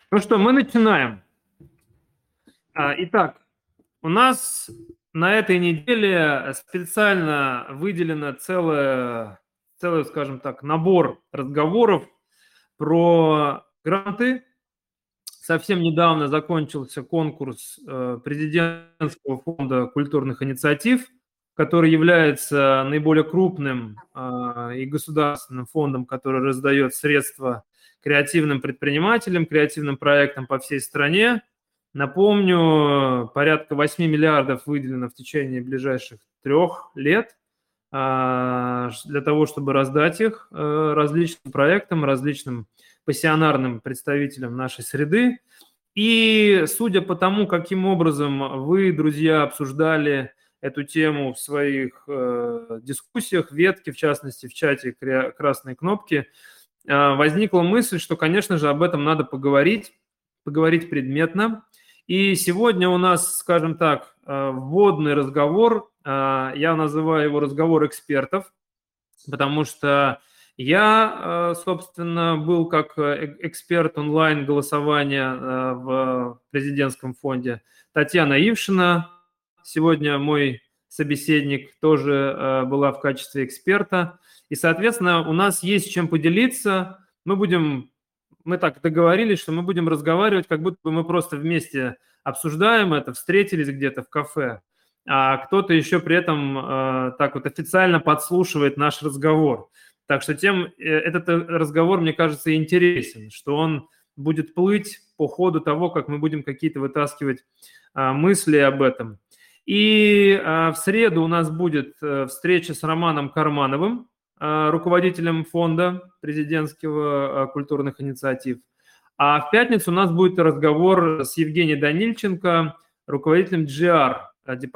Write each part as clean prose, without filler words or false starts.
Ну что, мы начинаем. Итак, у нас на этой неделе специально выделено целый, скажем так, набор разговоров про гранты. Совсем недавно закончился конкурс президентского фонда культурных инициатив, который является наиболее крупным и государственным фондом, который раздает средства креативным предпринимателям, креативным проектам по всей стране. Напомню, порядка 8 миллиардов выделено в течение ближайших 3 лет для того, чтобы раздать их различным проектам, различным пассионарным представителям нашей среды. И судя по тому, каким образом вы, друзья, обсуждали эту тему в своих дискуссиях, ветке, в частности, в чате «Красной кнопки», возникла мысль, что, конечно же, об этом надо поговорить предметно. И сегодня у нас, скажем так, вводный разговор, я называю его разговор экспертов, потому что я, собственно, был как эксперт онлайн-голосования в президентском фонде. Татьяна Ившина, сегодня мой собеседник, тоже была в качестве эксперта. И, соответственно, у нас есть чем поделиться. Мы так договорились, что мы будем разговаривать, как будто бы мы просто вместе обсуждаем это, встретились где-то в кафе, а кто-то еще при этом так вот официально подслушивает наш разговор. Так что этот разговор, мне кажется, интересен, что он будет плыть по ходу того, как мы будем какие-то вытаскивать мысли об этом. И в среду у нас будет встреча с Романом Кармановым, руководителем фонда президентского культурных инициатив. А в пятницу у нас будет разговор с Евгением Данильченко, руководителем GR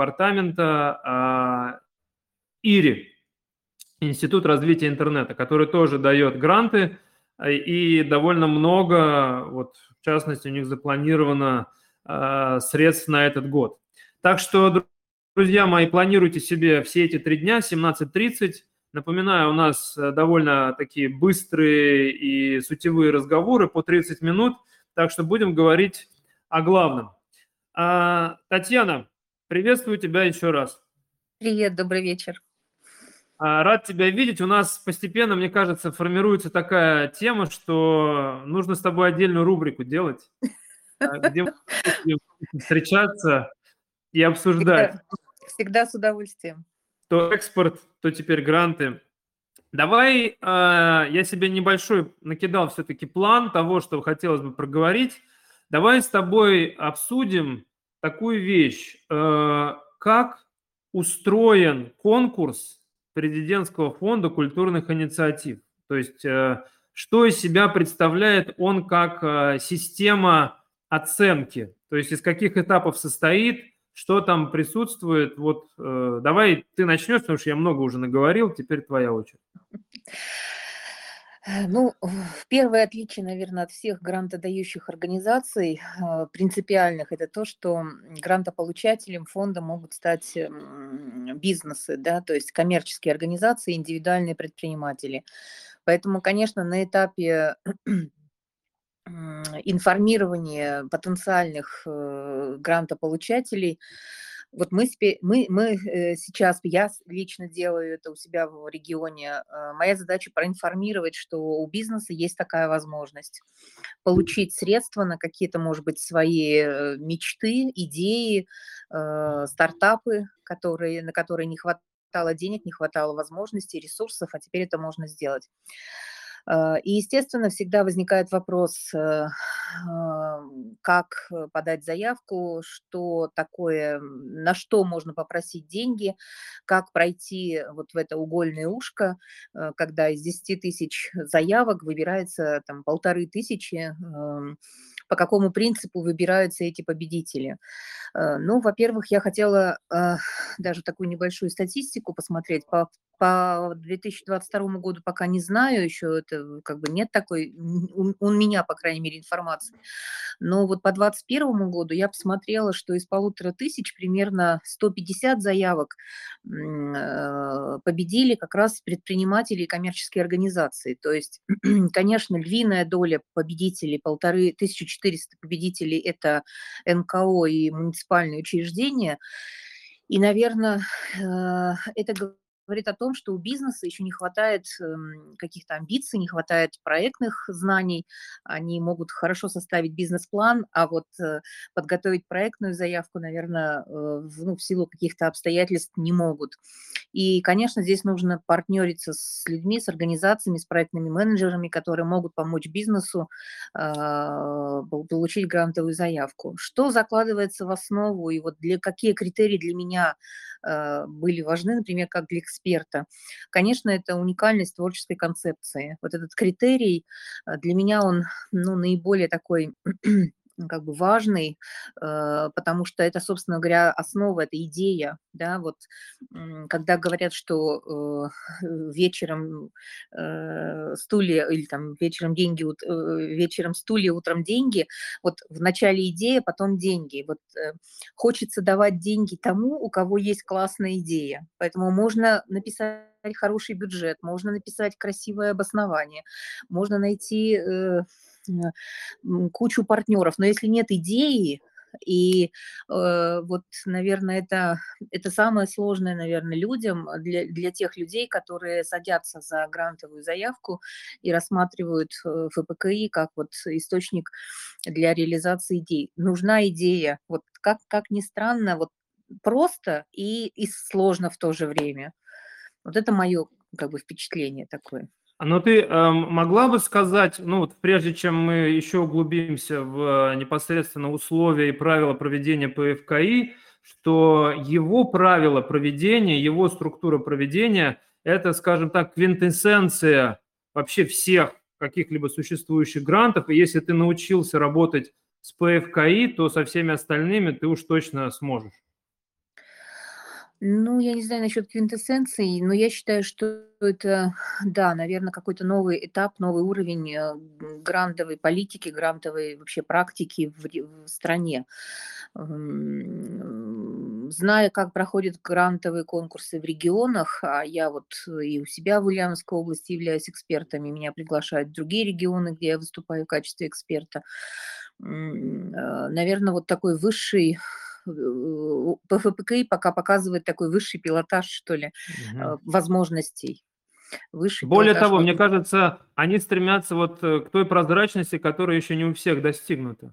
департамента ИРИ, Институт развития интернета, который тоже дает гранты, и довольно много, вот, в частности, у них запланировано средств на этот год. Так что, друзья мои, планируйте себе все эти 3 дня, 17:30. Напоминаю, у нас довольно такие быстрые и сутевые разговоры по 30 минут, так что будем говорить о главном. Татьяна, приветствую тебя еще раз. Привет, добрый вечер. Рад тебя видеть. У нас постепенно, мне кажется, формируется такая тема, что нужно с тобой отдельную рубрику делать, где мы будем встречаться и обсуждать. Всегда с удовольствием. То экспорт, то теперь гранты. Давай я себе небольшой накидал все-таки план того, что хотелось бы проговорить. Давай с тобой обсудим такую вещь. Как устроен конкурс президентского фонда культурных инициатив? То есть что из себя представляет он как система оценки? То есть из каких этапов состоит, что там присутствует? Вот давай ты начнешь, потому что я много уже наговорил, теперь твоя очередь. Ну, первое отличие, наверное, от всех грантодающих организаций принципиальных, это то, что грантополучателем фонда могут стать бизнесы, да, то есть коммерческие организации, индивидуальные предприниматели. Поэтому, конечно, на этапе информирования потенциальных грантополучателей вот мы сейчас, я лично делаю это у себя в регионе. Моя задача проинформировать, что у бизнеса есть такая возможность получить средства на какие-то, может быть, свои мечты, идеи, стартапы, на которые не хватало денег, не хватало возможностей, ресурсов, а теперь это можно сделать. И, естественно, всегда возникает вопрос, как подать заявку, что такое, на что можно попросить деньги, как пройти вот в это угольное ушко, когда из 10 тысяч заявок выбирается там 1500, по какому принципу выбираются эти победители. Ну, во-первых, я хотела даже такую небольшую статистику посмотреть по по 2022 году пока не знаю, еще это как бы нет такой, у меня, по крайней мере, информации. Но вот по 2021 году я посмотрела, что из 1500 примерно 150 заявок победили как раз предприниматели и коммерческие организации. То есть, конечно, львиная доля победителей, 1400 победителей – это НКО и муниципальные учреждения. И, наверное, это говорит о том, что у бизнеса еще не хватает каких-то амбиций, не хватает проектных знаний. Они могут хорошо составить бизнес-план, а вот подготовить проектную заявку, наверное, в силу каких-то обстоятельств не могут. И, конечно, здесь нужно партнериться с людьми, с организациями, с проектными менеджерами, которые могут помочь бизнесу получить грантовую заявку. Что закладывается в основу и вот какие критерии для меня были важны, например, как для эксперта. Конечно, это уникальность творческой концепции. Вот этот критерий для меня он наиболее такой как бы важный, потому что это, собственно говоря, основа, это идея, да, вот когда говорят, что вечером стулья или там вечером деньги, вечером стулья, утром деньги, вот в начале идея, потом деньги. Вот хочется давать деньги тому, у кого есть классная идея, поэтому можно написать хороший бюджет, можно написать красивое обоснование, можно найти кучу партнеров, но если нет идеи, и вот, наверное, это самое сложное, наверное, людям, для тех людей, которые садятся за грантовую заявку и рассматривают ФПКИ как вот источник для реализации идей. Нужна идея, вот как ни странно, вот просто и сложно в то же время. Вот это мое как бы впечатление такое. Но ты могла бы сказать, ну вот прежде чем мы еще углубимся в непосредственно условия и правила проведения ПФКИ, что его правила проведения, его структура проведения – это, скажем так, квинтэссенция вообще всех каких-либо существующих грантов, и если ты научился работать с ПФКИ, то со всеми остальными ты уж точно сможешь. Ну, я не знаю насчет квинтэссенции, но я считаю, что это, да, наверное, какой-то новый этап, новый уровень грантовой политики, грантовой вообще практики в стране. Зная, как проходят грантовые конкурсы в регионах, а я вот и у себя в Ульяновской области являюсь экспертами, меня приглашают в другие регионы, где я выступаю в качестве эксперта. Наверное, вот такой высший ПФПКИ пока показывает такой высший пилотаж, что ли, возможностей. Высший Более пилотаж того, мне возможностей. кажется, они стремятся вот к той прозрачности, которая еще не у всех достигнута.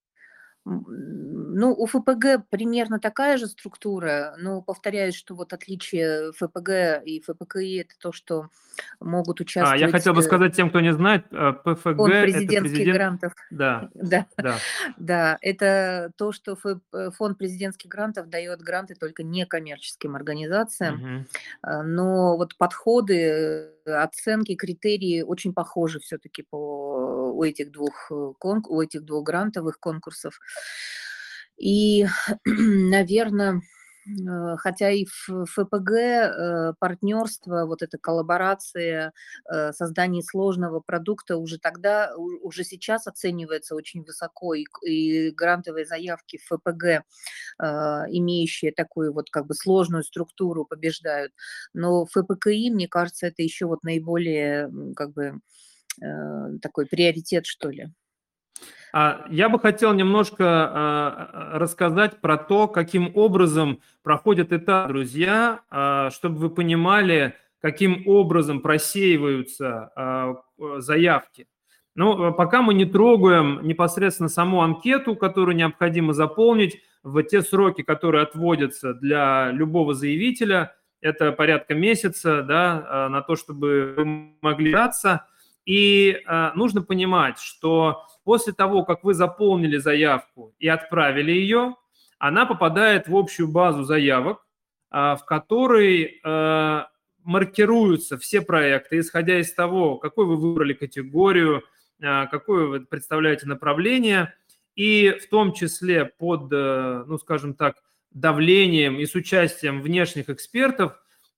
Ну, у ФПГ примерно такая же структура, но повторяюсь, что вот отличие ФПГ и ФПКИ – это то, что могут Я участвовать хотел бы сказать тем, кто не знает, ПФГ – фонд это президентских президент. грантов. Да, Да, да. да, это то, что фонд президентских грантов дает гранты только некоммерческим организациям. Мгм. Но вот подходы, оценки, критерии очень похожи все-таки у этих у этих двух грантовых конкурсов. И, наверное, хотя и в ФПГ партнерство, вот эта коллаборация, создание сложного продукта уже тогда, уже сейчас оценивается очень высоко, и грантовые заявки в ФПГ, имеющие такую вот как бы сложную структуру, побеждают. Но ФПКИ, мне кажется, это еще вот наиболее как бы такой приоритет, что ли. Я бы хотел немножко рассказать про то, каким образом проходит этап, друзья, чтобы вы понимали, каким образом просеиваются заявки. Но пока мы не трогаем непосредственно саму анкету, которую необходимо заполнить в те сроки, которые отводятся для любого заявителя, это порядка месяца, да, на то, чтобы вы могли браться. И нужно понимать, что после того, как вы заполнили заявку и отправили ее, она попадает в общую базу заявок, в которой маркируются все проекты, исходя из того, какой вы выбрали категорию, какое вы представляете направление, и в том числе под, ну, скажем так, давлением и с участием внешних экспертов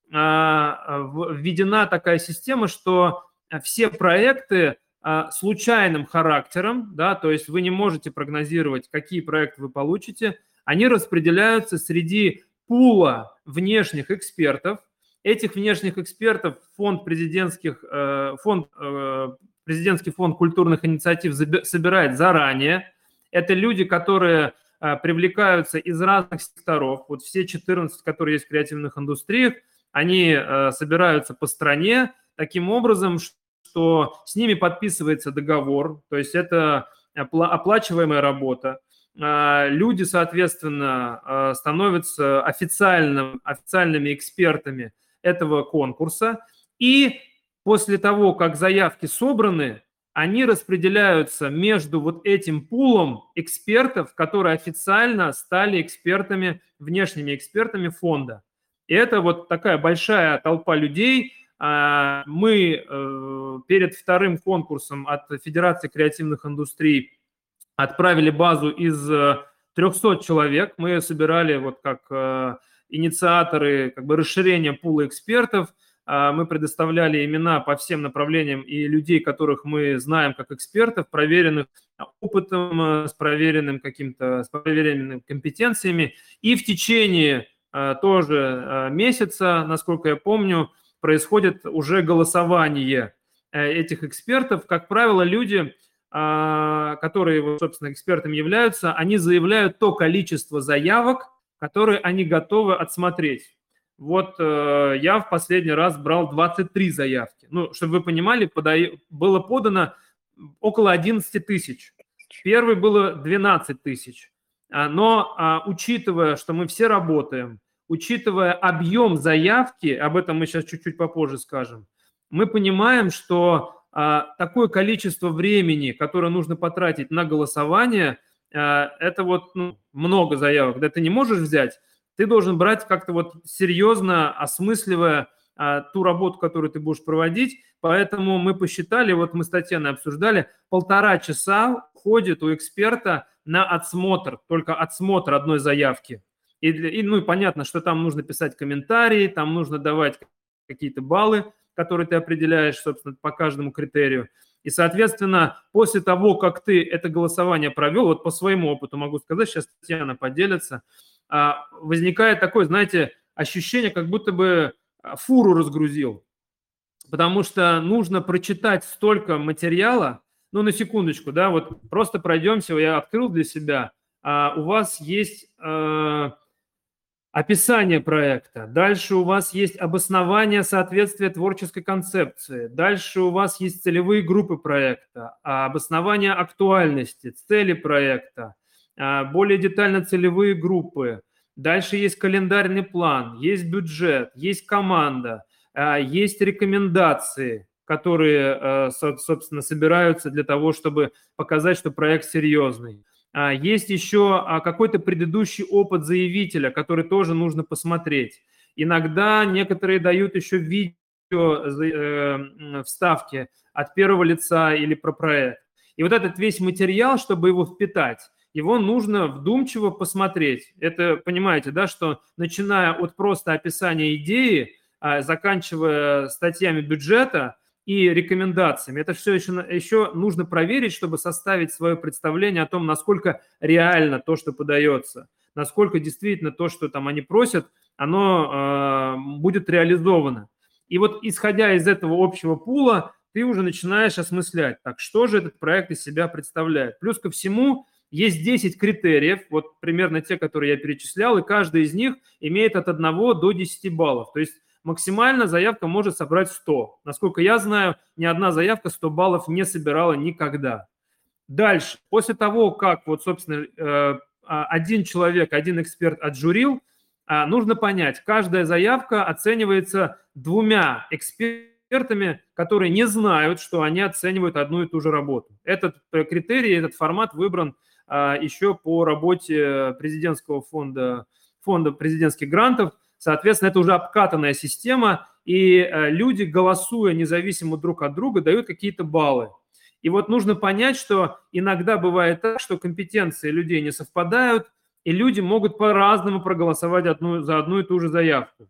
введена такая система, что все проекты случайным характером, да, то есть вы не можете прогнозировать, какие проекты вы получите, они распределяются среди пула внешних экспертов. Этих внешних экспертов президентский фонд культурных инициатив собирает заранее. Это люди, которые привлекаются из разных секторов. Вот все 14, которые есть в креативных индустриях, они собираются по стране таким образом, что с ними подписывается договор, то есть это оплачиваемая работа. Люди, соответственно, становятся официальными экспертами этого конкурса. И после того, как заявки собраны, они распределяются между вот этим пулом экспертов, которые официально стали экспертами, внешними экспертами фонда. И это вот такая большая толпа людей. Мы перед вторым конкурсом от Федерации креативных индустрий отправили базу из 300 человек. Мы ее собирали вот как инициаторы как бы расширения пула экспертов. Мы предоставляли имена по всем направлениям и людей, которых мы знаем как экспертов, проверенных опытом, с проверенными компетенциями. И в течение тоже месяца, насколько я помню, происходит уже голосование этих экспертов. Как правило, люди, которые, собственно, экспертами являются, они заявляют то количество заявок, которые они готовы отсмотреть. Вот я в последний раз брал 23 заявки. Ну, чтобы вы понимали, было подано около 11 тысяч. Первый было 12 тысяч. Но учитывая, что мы все работаем, учитывая объем заявки, об этом мы сейчас чуть-чуть попозже скажем, мы понимаем, что такое количество времени, которое нужно потратить на голосование, это вот много заявок. Да ты не можешь взять, ты должен брать как-то вот серьезно, осмысливая ту работу, которую ты будешь проводить. Поэтому мы посчитали, вот мы с Татьяной обсуждали, 1,5 часа уходит у эксперта на отсмотр, только отсмотр одной заявки. И понятно, что там нужно писать комментарии, там нужно давать какие-то баллы, которые ты определяешь, собственно, по каждому критерию. И, соответственно, после того, как ты это голосование провел, вот по своему опыту могу сказать, сейчас Татьяна поделится, возникает такое, знаете, ощущение, как будто бы фуру разгрузил, потому что нужно прочитать столько материала, на секундочку, да, вот просто пройдемся, я открыл для себя, у вас есть описание проекта, дальше у вас есть обоснование соответствия творческой концепции, дальше у вас есть целевые группы проекта, обоснование актуальности, цели проекта, более детально целевые группы, дальше есть календарный план, есть бюджет, есть команда, есть рекомендации, которые, собственно, собираются для того, чтобы показать, что проект серьезный. Есть еще какой-то предыдущий опыт заявителя, который тоже нужно посмотреть. Иногда некоторые дают еще видео вставки от первого лица или про проект. И вот этот весь материал, чтобы его впитать, его нужно вдумчиво посмотреть. Это, понимаете, да, что начиная от просто описания идеи, заканчивая статьями бюджета и рекомендациями, это все еще нужно проверить, чтобы составить свое представление о том, насколько реально то, что подается, насколько действительно то, что там они просят, оно будет реализовано. И вот исходя из этого общего пула, ты уже начинаешь осмыслять, так, что же этот проект из себя представляет. Плюс ко всему, есть 10 критериев, вот примерно те, которые я перечислял, и каждый из них имеет от 1 до 10 баллов. То есть максимально заявка может собрать 100. Насколько я знаю, ни одна заявка 100 баллов не собирала никогда. Дальше, после того, как вот, собственно, один человек, один эксперт отжурил, нужно понять, каждая заявка оценивается 2 экспертами, которые не знают, что они оценивают одну и ту же работу. Этот критерий, этот формат выбран еще по работе президентского фонда президентских грантов. Соответственно, это уже обкатанная система, и люди, голосуя независимо друг от друга, дают какие-то баллы. И вот нужно понять, что иногда бывает так, что компетенции людей не совпадают, и люди могут по-разному проголосовать за одну и ту же заявку.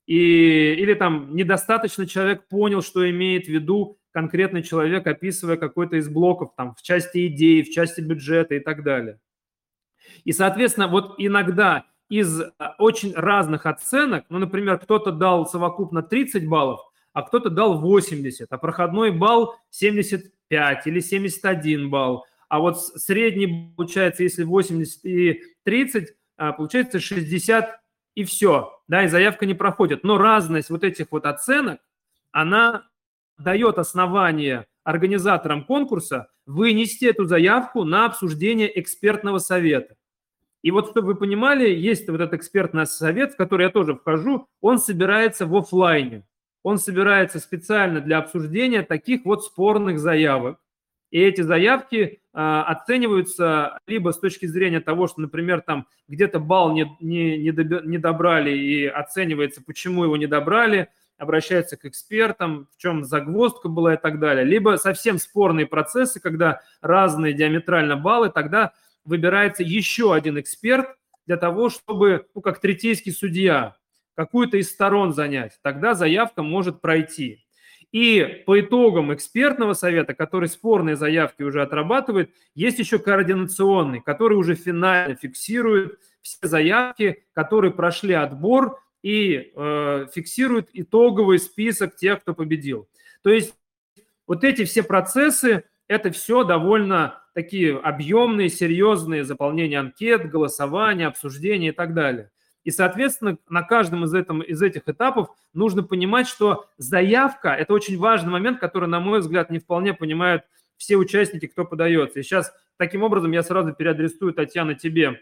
или там недостаточно человек понял, что имеет в виду конкретный человек, описывая какой-то из блоков, там, в части идеи, в части бюджета и так далее. И, соответственно, вот иногда из очень разных оценок, ну, например, кто-то дал совокупно 30 баллов, а кто-то дал 80, а проходной балл 75 или 71 балл. А вот средний, получается, если 80 и 30, получается 60 и все, да, и заявка не проходит. Но разность вот этих вот оценок, она дает основание организаторам конкурса вынести эту заявку на обсуждение экспертного совета. И вот, чтобы вы понимали, есть вот этот экспертный совет, в который я тоже вхожу, он собирается в офлайне. Он собирается специально для обсуждения таких вот спорных заявок. И эти заявки оцениваются либо с точки зрения того, что, например, там где-то балл не добрали и оценивается, почему его не добрали, обращаются к экспертам, в чем загвоздка была и так далее. Либо совсем спорные процессы, когда разные диаметрально баллы, тогда выбирается еще один эксперт для того, чтобы, ну, как третейский судья, какую-то из сторон занять. Тогда заявка может пройти. И по итогам экспертного совета, который спорные заявки уже отрабатывает, есть еще координационный, который уже финально фиксирует все заявки, которые прошли отбор и фиксирует итоговый список тех, кто победил. То есть вот эти все процессы, это все довольно такие объемные, серьезные заполнения анкет, голосования, обсуждения и так далее. И, соответственно, на каждом из этих этапов нужно понимать, что заявка – это очень важный момент, который, на мой взгляд, не вполне понимают все участники, кто подается. И сейчас таким образом я сразу переадресую, Татьяна, тебе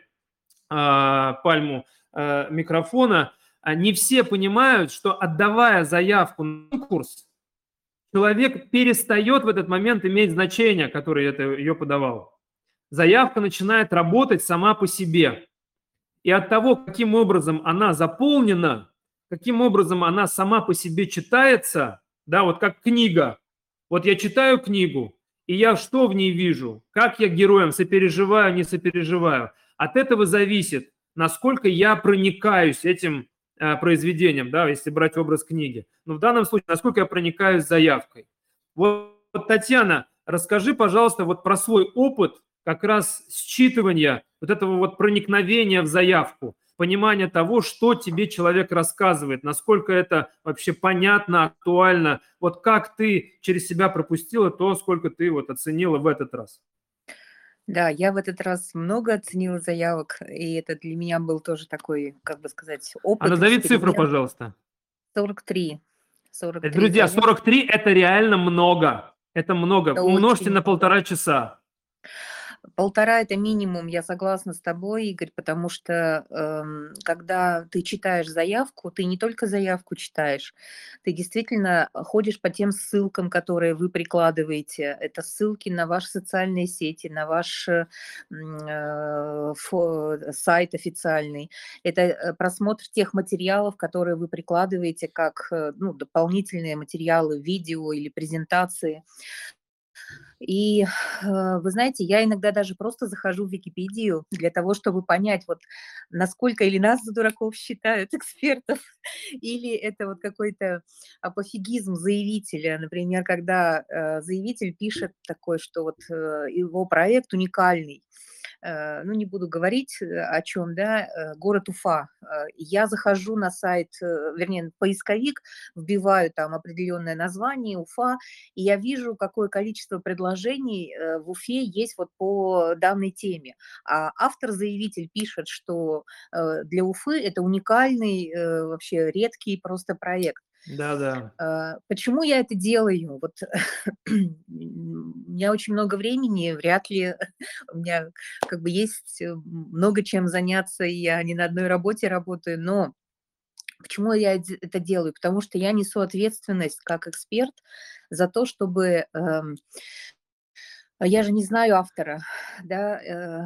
пальму микрофона. Не все понимают, что, отдавая заявку на конкурс, человек перестает в этот момент иметь значение, которое ее подавал. Заявка начинает работать сама по себе. И от того, каким образом она заполнена, каким образом она сама по себе читается, да, вот как книга. Вот я читаю книгу, и я что в ней вижу? Как я героем сопереживаю, не сопереживаю? От этого зависит, насколько я проникаюсь этим произведением, да, если брать образ книги. Но в данном случае, насколько я проникаюсь заявкой. Вот, Татьяна, расскажи, пожалуйста, вот про свой опыт как раз считывания, вот этого вот проникновения в заявку, понимания того, что тебе человек рассказывает, насколько это вообще понятно, актуально, вот как ты через себя пропустила то, сколько ты вот оценила в этот раз. Да, я в этот раз много оценила заявок, и это для меня был тоже такой, как бы сказать, А опыт, назови цифру, эксперимент. пожалуйста. 43. 43 Друзья, заявки. 43 – это реально много. Это много. Это Умножьте очень на много. 1,5 часа. 1,5 – это минимум, я согласна с тобой, Игорь, потому что, когда ты читаешь заявку, ты не только заявку читаешь, ты действительно ходишь по тем ссылкам, которые вы прикладываете. Это ссылки на ваши социальные сети, на ваш сайт официальный. Это просмотр тех материалов, которые вы прикладываете как ну, дополнительные материалы, видео или презентации. И, вы знаете, я иногда даже просто захожу в Википедию для того, чтобы понять, вот насколько или нас за дураков считают экспертов, или это вот какой-то пофигизм заявителя. Например, когда заявитель пишет такой, что вот его проект уникальный, ну, не буду говорить, о чем, да, город Уфа. Я захожу на сайт, вернее, в поисковик, вбиваю там определенное название Уфа, и я вижу, какое количество предложений в Уфе есть вот по данной теме. А автор-заявитель пишет, что для Уфы это уникальный, вообще редкий просто проект. Да-да. Почему я это делаю? Вот у меня очень много времени, вряд ли у меня как бы есть много чем заняться, и я не на одной работе работаю, но почему я это делаю? Потому что я несу ответственность как эксперт за то, чтобы я же не знаю автора, да,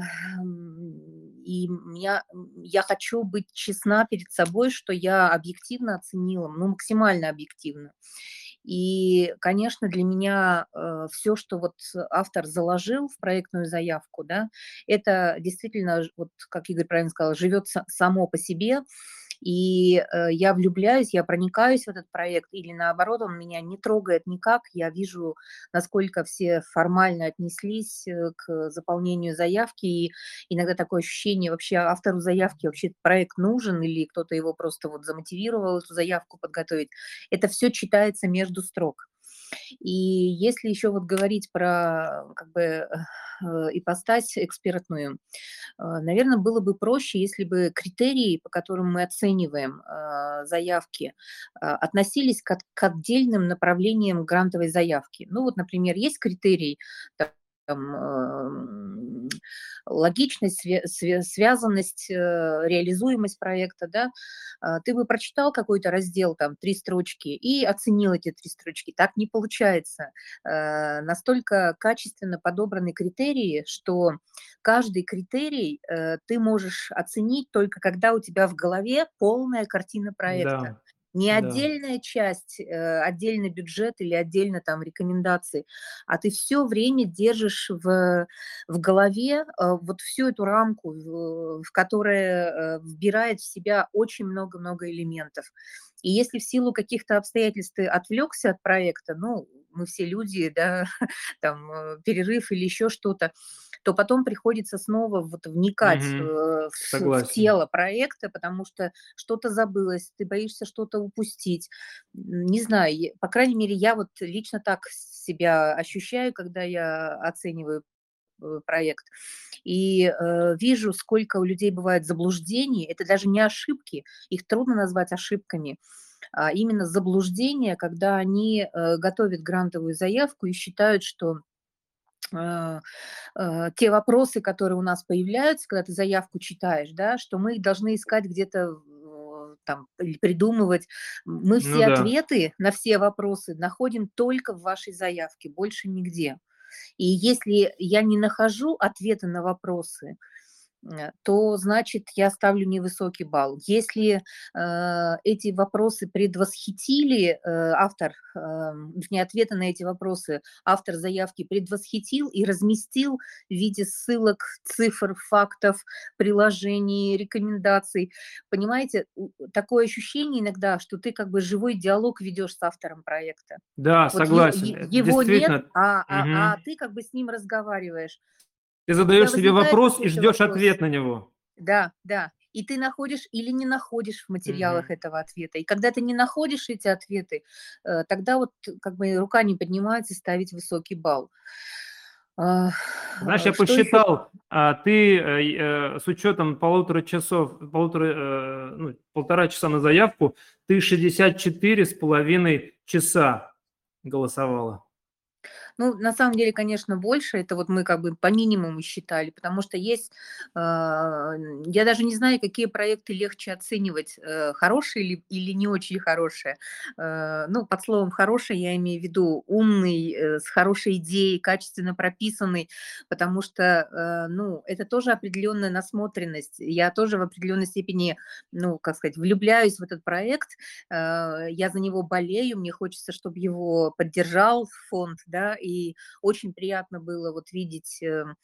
и я хочу быть честна перед собой, что я объективно оценила, ну, максимально объективно. И, конечно, для меня все, что вот автор заложил в проектную заявку, да, это действительно, вот как Игорь правильно сказал, живет само по себе. И я влюбляюсь, я проникаюсь в этот проект, или наоборот, он меня не трогает никак. Я вижу, насколько все формально отнеслись к заполнению заявки, и иногда такое ощущение, вообще автору заявки вообще этот проект нужен, или кто-то его просто вот замотивировал эту заявку подготовить. Это все читается между строк. И если еще вот говорить про как бы ипостась экспертную, наверное, было бы проще, если бы критерии, по которым мы оцениваем заявки, относились к отдельным направлениям грантовой заявки. Ну вот, например, есть критерий там, логичность, связанность, реализуемость проекта, да, ты бы прочитал какой-то раздел, там, 3 строчки и оценил эти 3 строчки. Так не получается. Настолько качественно подобраны критерии, что каждый критерий ты можешь оценить только когда у тебя в голове полная картина проекта. Да, Не да. отдельная часть, отдельный бюджет или отдельно там рекомендации, а ты все время держишь в голове вот всю эту рамку, в которая вбирает в себя очень много-много элементов. И если в силу каких-то обстоятельств ты отвлекся от проекта, ну, мы все люди, да, там перерыв или еще что-то, то потом приходится снова вот вникать Мгм. в Согласен. тело проекта, потому что что-то забылось, ты боишься что-то упустить. Не знаю, по крайней мере, я вот лично так себя ощущаю, когда я оцениваю проект. И вижу, сколько у людей бывает заблуждений. Это даже не ошибки, их трудно назвать ошибками, а именно заблуждения, когда они готовят грантовую заявку и считают, что э, те вопросы, которые у нас появляются, когда ты заявку читаешь, да, что мы их должны искать где-то там, или придумывать. Мы Ну все да. ответы на все вопросы находим только в вашей заявке, больше нигде. И если я не нахожу ответы на вопросы, то значит я ставлю невысокий балл. Если эти вопросы предвосхитили автор, вернее, ответы на эти вопросы автор заявки предвосхитил и разместил в виде ссылок, цифр, фактов, приложений, рекомендаций. Понимаете, такое ощущение иногда, что ты как бы живой диалог ведешь с автором проекта. Да, Вот согласен. Это его нет, действительно. а Мгм. ты как бы с ним разговариваешь. Ты У тебя задаешь себе возникает вопрос и какой-то ждешь вопрос. ответ на него. Да, да. И ты находишь или не находишь в материалах Мгм. этого ответа. И когда ты не находишь эти ответы, тогда вот как бы рука не поднимается ставить высокий балл. А, Знаешь, я Что еще? посчитал, ты с учетом полутора часов, ну, 1,5 часа на заявку, ты 64,5 часа голосовала. Ну, на самом деле, конечно, больше. Это вот мы как бы по минимуму считали, потому что есть, я даже не знаю, какие проекты легче оценивать, хорошие или не очень хорошие. Ну, под словом хороший я имею в виду умный, с хорошей идеей, качественно прописанный, потому что, ну, это тоже определенная насмотренность. Я тоже в определенной степени, ну, как сказать, влюбляюсь в этот проект, я за него болею, мне хочется, чтобы его поддержал фонд, да, и очень приятно было вот видеть,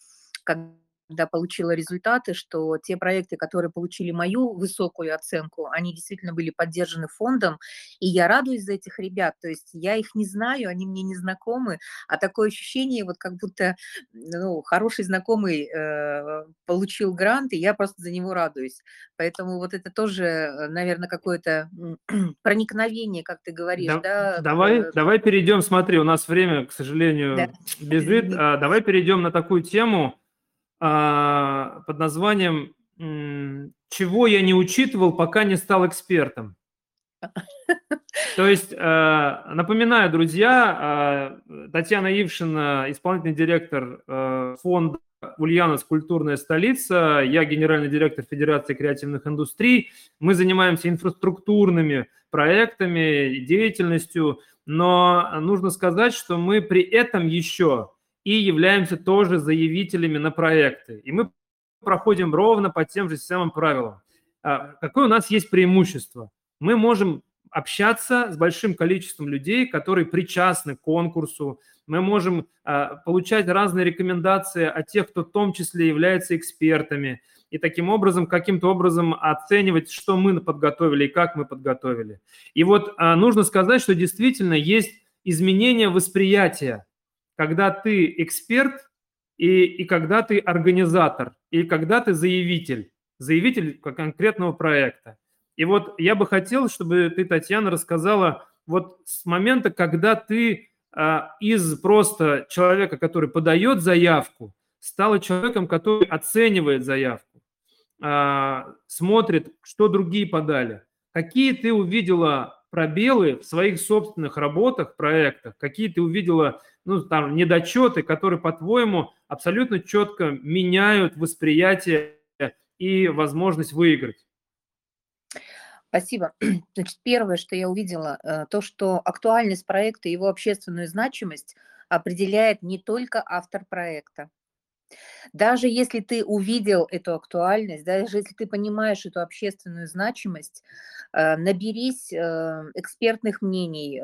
когда получила результаты, что те проекты, которые получили мою высокую оценку, они действительно были поддержаны фондом, и я радуюсь за этих ребят. То есть я их не знаю, они мне не знакомы, а такое ощущение, вот как будто ну, хороший знакомый получил грант, и я просто за него радуюсь. Поэтому вот это тоже, наверное, какое-то проникновение, как ты говоришь, да, Давай перейдем, смотри, у нас время, к да, сожалению, бежит. лимит. Давай перейдем на такую тему под названием «Чего я не учитывал, пока не стал экспертом». То есть, напоминаю, друзья, Татьяна Ившина, исполнительный директор фонда «Ульяновск. Культурная столица», я генеральный директор Федерации креативных индустрий. Мы занимаемся инфраструктурными проектами, деятельностью, но нужно сказать, что мы при этом еще и являемся тоже заявителями на проекты. И мы проходим ровно по тем же самым правилам. Какое у нас есть преимущество? Мы можем общаться с большим количеством людей, которые причастны к конкурсу. Мы можем получать разные рекомендации от тех, кто в том числе является экспертами. И таким образом, каким-то образом оценивать, что мы подготовили и как мы подготовили. И вот нужно сказать, что действительно есть изменение восприятия, когда ты эксперт и когда ты организатор, и когда ты заявитель конкретного проекта. И вот я бы хотел, чтобы ты, Татьяна, рассказала вот с момента, когда ты из просто человека, который подает заявку, стала человеком, который оценивает заявку, смотрит, что другие подали. Какие ты увидела пробелы в своих собственных работах, проектах, какие ты увидела там, недочеты, которые, по-твоему, абсолютно четко меняют восприятие и возможность выиграть? Спасибо. Значит, первое, что я увидела, то, что актуальность проекта и его общественную значимость определяет не только автор проекта. Даже если ты увидел эту актуальность, даже если ты понимаешь эту общественную значимость, наберись экспертных мнений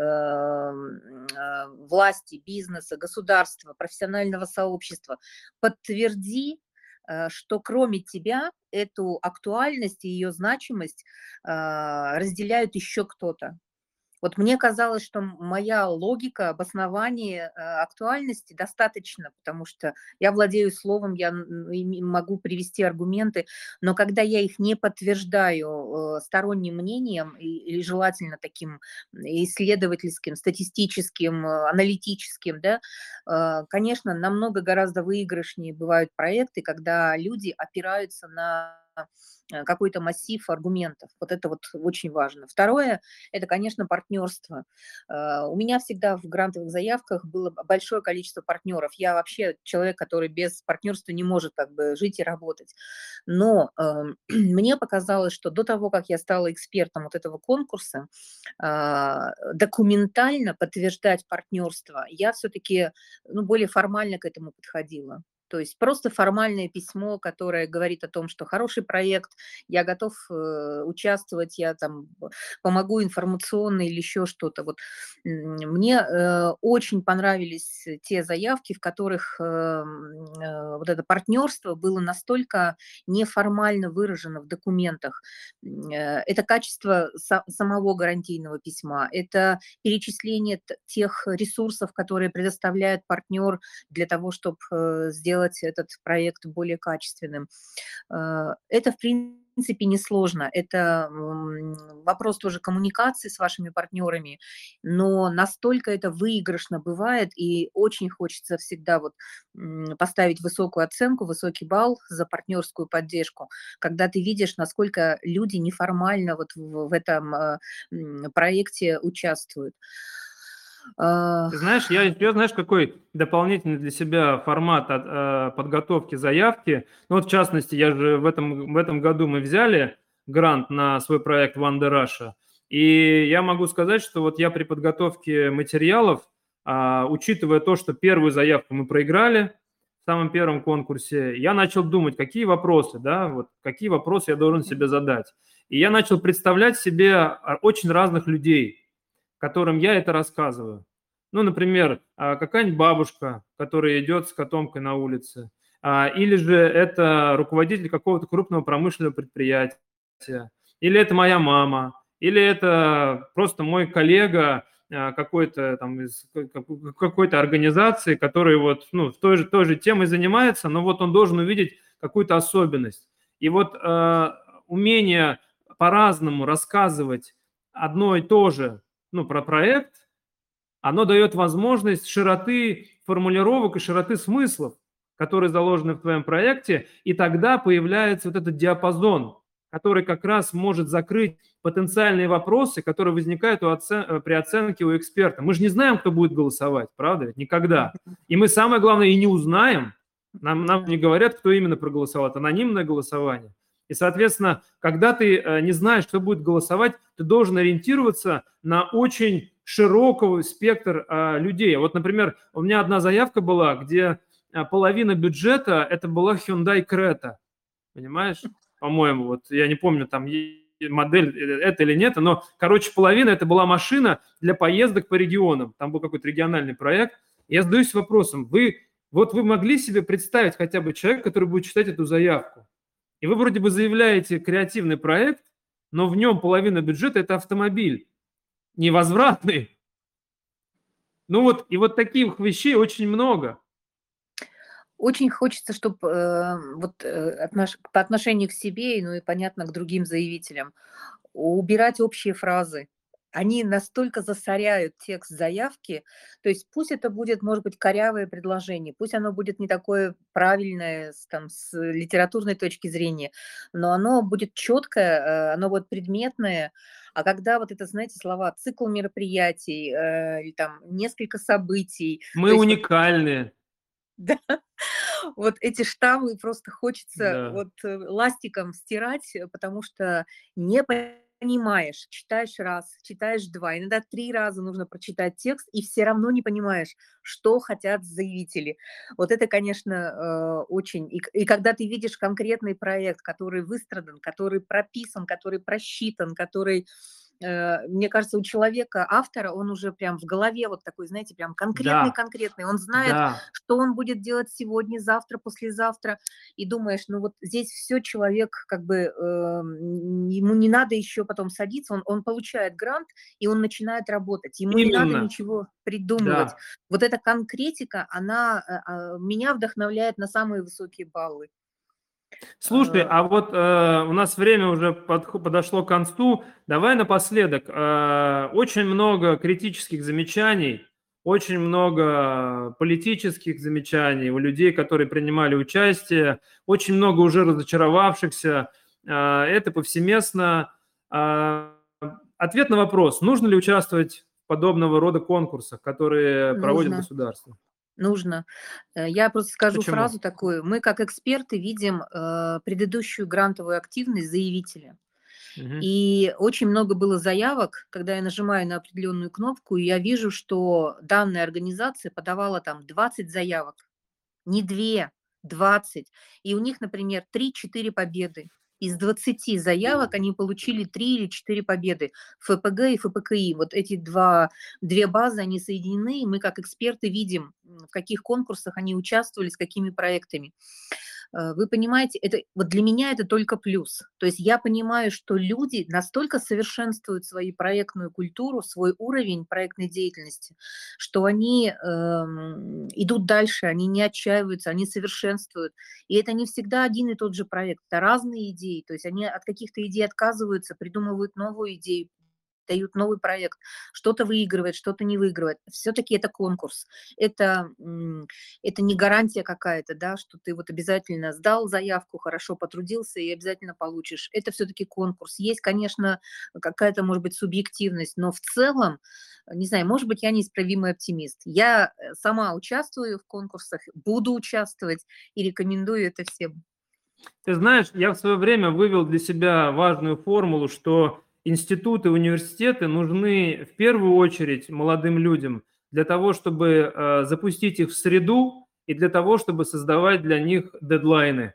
власти, бизнеса, государства, профессионального сообщества, подтверди, что кроме тебя эту актуальность и ее значимость разделяют еще кто-то. Вот мне казалось, что моя логика обоснования актуальности достаточно, потому что я владею словом, я могу привести аргументы, но когда я их не подтверждаю сторонним мнением или желательно таким исследовательским, статистическим, аналитическим, да, конечно, намного гораздо выигрышнее бывают проекты, когда люди опираются на какой-то массив аргументов. Вот это вот очень важно. Второе, это, конечно, партнерство. У меня всегда в грантовых заявках было большое количество партнеров. Я вообще человек, который без партнерства не может как бы жить и работать. Но мне показалось, что до того, как я стала экспертом вот этого конкурса, документально подтверждать партнерство, я все-таки более формально к этому подходила. То есть просто формальное письмо, которое говорит о том, что хороший проект, я готов участвовать, я там помогу информационно или еще что-то. Вот мне очень понравились те заявки, в которых вот это партнерство было настолько неформально выражено в документах. Это качество самого гарантийного письма, это перечисление тех ресурсов, которые предоставляет партнер для того, чтобы сделать этот проект более качественным. Это, в принципе, несложно. Это вопрос тоже коммуникации с вашими партнерами, но настолько это выигрышно бывает, и очень хочется всегда вот поставить высокую оценку, высокий балл за партнерскую поддержку, когда ты видишь, насколько люди неформально вот в этом проекте участвуют. Ты знаешь, знаешь, какой дополнительный для себя формат подготовки заявки? Ну вот, в частности, я же в этом году мы взяли грант на свой проект Wonder Russia, и я могу сказать, что вот я при подготовке материалов, учитывая то, что первую заявку мы проиграли в самом первом конкурсе, я начал думать, какие вопросы, да, вот какие вопросы я должен себе задать. И я начал представлять себе очень разных людей, которым я это рассказываю. Ну, например, какая-нибудь бабушка, которая идет с котомкой на улице, или же это руководитель какого-то крупного промышленного предприятия, или это моя мама, или это просто мой коллега какой-то там из какой-то организации, который вот той же темой занимается, но вот он должен увидеть какую-то особенность. И вот умение по-разному рассказывать одно и то же, про проект, оно дает возможность широты формулировок и широты смыслов, которые заложены в твоем проекте, и тогда появляется вот этот диапазон, который как раз может закрыть потенциальные вопросы, которые возникают при оценке у эксперта. Мы же не знаем, кто будет голосовать, правда? Ведь никогда. И мы, самое главное, и не узнаем. Нам не говорят, кто именно проголосовал. Это анонимное голосование. И, соответственно, когда ты не знаешь, кто будет голосовать, ты должен ориентироваться на очень широкий спектр людей. Вот, например, у меня одна заявка была, где половина бюджета – это была Hyundai Creta. Понимаешь? По-моему, вот я не помню, там модель это или нет, но, короче, половина это была машина для поездок по регионам. Там был какой-то региональный проект. Я задаюсь вопросом, вы могли себе представить хотя бы человека, который будет читать эту заявку? И вы вроде бы заявляете креативный проект, но в нем половина бюджета – это автомобиль невозвратный. Ну вот, и вот таких вещей очень много. Очень хочется, чтобы по отношению к себе, ну и, понятно, к другим заявителям, убирать общие фразы. Они настолько засоряют текст заявки, то есть пусть это будет, может быть, корявое предложение, пусть оно будет не такое правильное с литературной точки зрения, но оно будет четкое, оно будет предметное. А когда вот это, знаете, слова «цикл мероприятий», или там «несколько событий», Мы то есть вот, уникальны. да, вот эти штаммы просто хочется Да. ластиком стирать, потому что не понимаешь, читаешь раз, читаешь два, иногда 3 раза нужно прочитать текст, и все равно не понимаешь, что хотят заявители. Вот это, конечно, очень... И когда ты видишь конкретный проект, который выстрадан, который прописан, который просчитан, который... Мне кажется, у человека, автора, он уже прям в голове вот такой, знаете, прям Да, конкретный-конкретный. Он знает, да. что он будет делать сегодня, завтра, послезавтра. И думаешь, ну вот здесь все человек, как бы, ему не надо еще потом садиться, он получает грант, и он начинает работать. Ему не надо Именно, ничего придумывать. да. Вот эта конкретика, она меня вдохновляет на самые высокие баллы. Слушай, а вот у нас время уже подошло к концу. Давай напоследок. Очень много критических замечаний, очень много политических замечаний у людей, которые принимали участие, очень много уже разочаровавшихся. Это повсеместно. Ответ на вопрос, нужно ли участвовать в подобного рода конкурсах, которые проводит Нужно. государство? Нужно. Я просто скажу Почему? фразу такую. Мы, как эксперты, видим предыдущую грантовую активность заявителя. Мгм. И очень много было заявок, когда я нажимаю на определенную кнопку, и я вижу, что данная организация подавала там 20 заявок, не 2, 20. И у них, например, 3-4 победы. Из 20 заявок они получили 3 или 4 победы. ФПГ и ФПКИ. Вот эти две базы, они соединены, и мы как эксперты видим, в каких конкурсах они участвовали, с какими проектами. Вы понимаете, это, вот для меня это только плюс. То есть я понимаю, что люди настолько совершенствуют свою проектную культуру, свой уровень проектной деятельности, что они идут дальше, они не отчаиваются, они совершенствуют. И это не всегда один и тот же проект, это разные идеи. То есть они от каких-то идей отказываются, придумывают новую идею, дают новый проект, что-то выигрывает, что-то не выигрывает. Все-таки это конкурс, это, это не гарантия какая-то, да, что ты вот обязательно сдал заявку, хорошо потрудился и обязательно получишь. Это все-таки конкурс. Есть, конечно, какая-то, может быть, субъективность, но в целом, не знаю, может быть, я неисправимый оптимист. Я сама участвую в конкурсах, буду участвовать и рекомендую это всем. Ты знаешь, я в свое время вывел для себя важную формулу, что институты, университеты нужны в первую очередь молодым людям для того, чтобы запустить их в среду и для того, чтобы создавать для них дедлайны.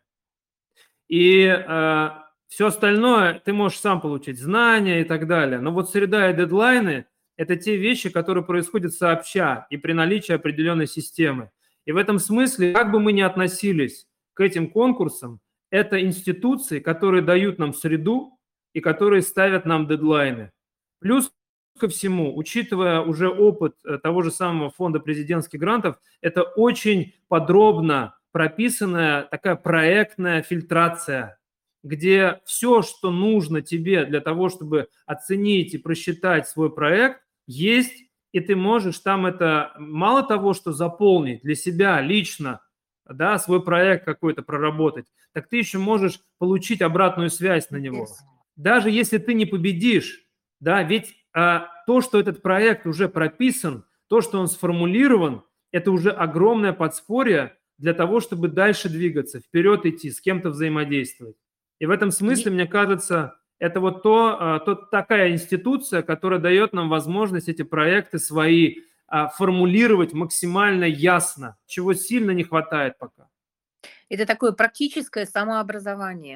И все остальное ты можешь сам получить, знания и так далее. Но вот среда и дедлайны – это те вещи, которые происходят сообща и при наличии определенной системы. И в этом смысле, как бы мы ни относились к этим конкурсам, это институции, которые дают нам среду и которые ставят нам дедлайны. Плюс ко всему, учитывая уже опыт того же самого фонда президентских грантов, это очень подробно прописанная такая проектная фильтрация, где все, что нужно тебе для того, чтобы оценить и просчитать свой проект, есть, и ты можешь там это мало того, что заполнить для себя лично, да, свой проект какой-то проработать, так ты еще можешь получить обратную связь на него. Даже если ты не победишь, да, ведь то, что этот проект уже прописан, то, что он сформулирован, это уже огромное подспорье для того, чтобы дальше двигаться, вперед идти, с кем-то взаимодействовать. И в этом смысле, мне кажется, это вот такая институция, которая дает нам возможность эти проекты свои формулировать максимально ясно, чего сильно не хватает пока. Это такое практическое самообразование.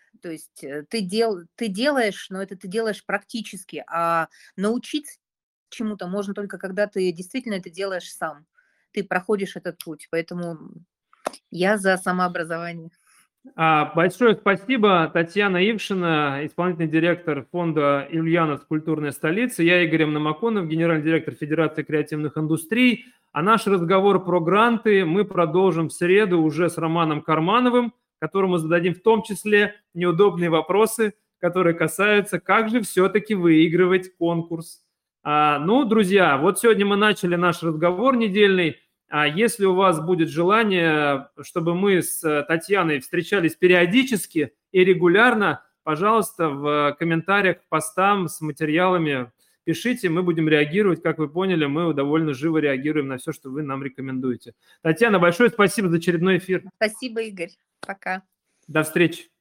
То есть ты делаешь, но это ты делаешь практически, а научиться чему-то можно только когда ты действительно это делаешь сам. Ты проходишь этот путь. Поэтому я за самообразование. Большое спасибо, Татьяна Ившина, исполнительный директор фонда «Ульяновск. Культурная столица». Я Игорь Намаконов, генеральный директор Федерации креативных индустрий. А наш разговор про гранты мы продолжим в среду уже с Романом Кармановым, которому зададим в том числе неудобные вопросы, которые касаются, как же все-таки выигрывать конкурс. Друзья, вот сегодня мы начали наш разговор недельный. Если у вас будет желание, чтобы мы с Татьяной встречались периодически и регулярно, пожалуйста, в комментариях к постам с материалами пишите, мы будем реагировать. Как вы поняли, мы довольно живо реагируем на все, что вы нам рекомендуете. Татьяна, большое спасибо за очередной эфир. Спасибо, Игорь. Пока. До встречи.